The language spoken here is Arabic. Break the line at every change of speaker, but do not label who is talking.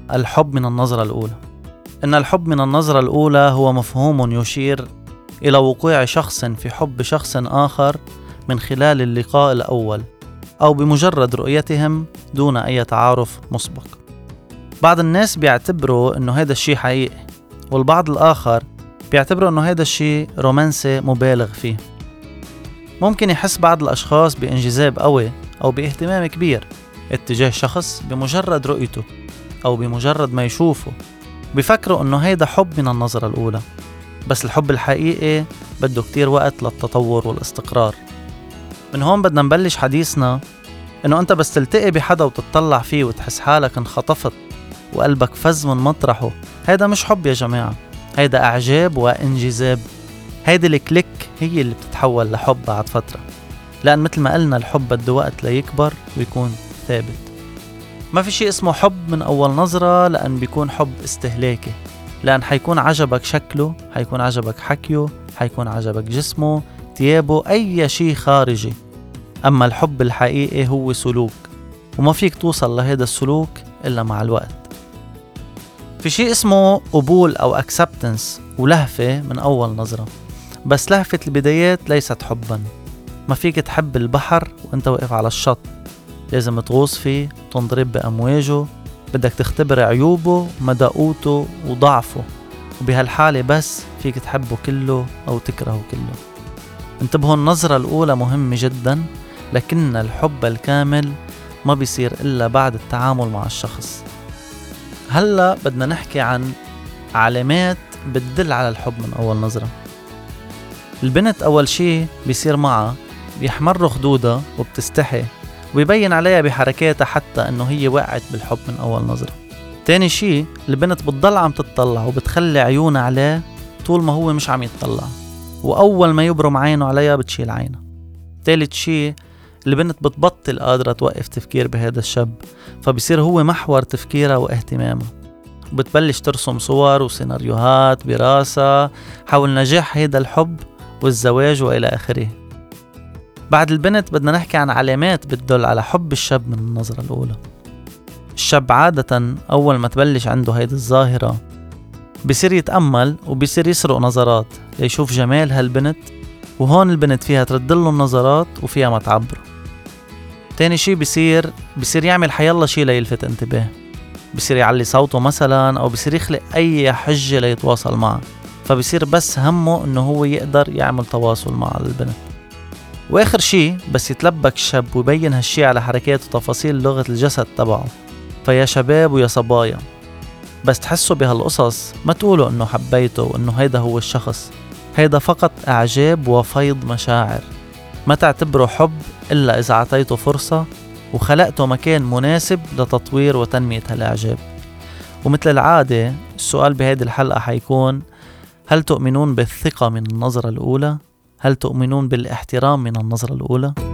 الحب من النظرة الأولى. إن الحب من النظرة الأولى هو مفهوم يشير إلى وقوع شخص في حب شخص آخر من خلال اللقاء الأول أو بمجرد رؤيتهم دون أي تعارف مسبق. بعض الناس بيعتبروا إنه هذا الشيء حقيقي، والبعض الآخر بيعتبروا إنه هذا الشيء رومانسي مبالغ فيه. ممكن يحس بعض الأشخاص بانجذاب قوي أو باهتمام كبير اتجاه شخص بمجرد رؤيته أو بمجرد ما يشوفه، بيفكروا إنه هيدا حب من النظرة الأولى. بس الحب الحقيقي بده كتير وقت للتطور والاستقرار. من هون بدنا نبلش حديثنا إنه أنت بس تلتقي بحدا وتتطلع فيه وتحس حالك انخطفت وقلبك فز من مطرحه، هيدا مش حب يا جماعة، هيدا إعجاب وانجذاب. هيدي الكليك هي اللي بتتحول لحب بعد فترة، لأن مثل ما قلنا الحب بده وقت ليكبر ويكون ثابت. ما في شيء اسمه حب من أول نظرة، لأن بيكون حب استهلاكي، لأن حيكون عجبك شكله، حيكون عجبك حكيه، حيكون عجبك جسمه، تيابه، أي شيء خارجي. أما الحب الحقيقي هو سلوك، وما فيك توصل لهذا السلوك إلا مع الوقت. في شيء اسمه قبول أو acceptance ولهفة من أول نظرة، بس لهفة البدايات ليست حبا. ما فيك تحب البحر وانت واقف على الشط، لازم تغوص فيه وتنضرب بأمواجه، بدك تختبر عيوبه مدى قوته وضعفه، وبهالحالة بس فيك تحبه كله أو تكرهه كله. انتبهوا، النظرة الأولى مهمة جدا، لكن الحب الكامل ما بيصير إلا بعد التعامل مع الشخص. هلأ بدنا نحكي عن علامات بتدل على الحب من أول نظرة. البنت أول شيء بيصير معها بيحمر خدودها وبتستحي، وبيبين عليها بحركاتها حتى أنه هي وقعت بالحب من أول نظرة. تاني شيء، البنت بتضل عم تتطلع وبتخلي عيونها عليه طول ما هو مش عم يتطلع، وأول ما يبرم عينه عليها بتشيل عينه. ثالث شيء، البنت بتبطل قادرة توقف تفكير بهذا الشاب، فبصير هو محور تفكيرها واهتمامها، وبتبلش ترسم صور وسيناريوهات براسها حول نجاح هذا الحب والزواج وإلى آخره. بعد البنت بدنا نحكي عن علامات بتدل على حب الشاب من النظرة الأولى. الشاب عادة أول ما تبلش عنده هيدي الظاهرة بيصير يتأمل وبيصير يسرق نظرات ليشوف جمال هالبنت، وهون البنت فيها تردله النظرات وفيها ما تعبره. تاني شي بيصير يعمل حيالله شي ليلفت انتباه، بيصير يعلي صوته مثلا، أو بيصير يخلق أي حجة ليتواصل معه، فبيصير بس همه إنه هو يقدر يعمل تواصل مع البنت. وآخر شي بس يتلبك الشاب ويبين هالشي على حركات وتفاصيل لغة الجسد تبعه. فيا شباب ويا صبايا، بس تحسوا بهالقصص ما تقولوا إنه حبيته وإنه هيدا هو الشخص، هيدا فقط إعجاب وفيض مشاعر. ما تعتبره حب إلا إذا عطيته فرصة وخلقته مكان مناسب لتطوير وتنمية هالإعجاب. ومثل العادة السؤال بهذه الحلقة حيكون: هل تؤمنون بالثقة من النظرة الأولى؟ هل تؤمنون بالاحترام من النظرة الأولى؟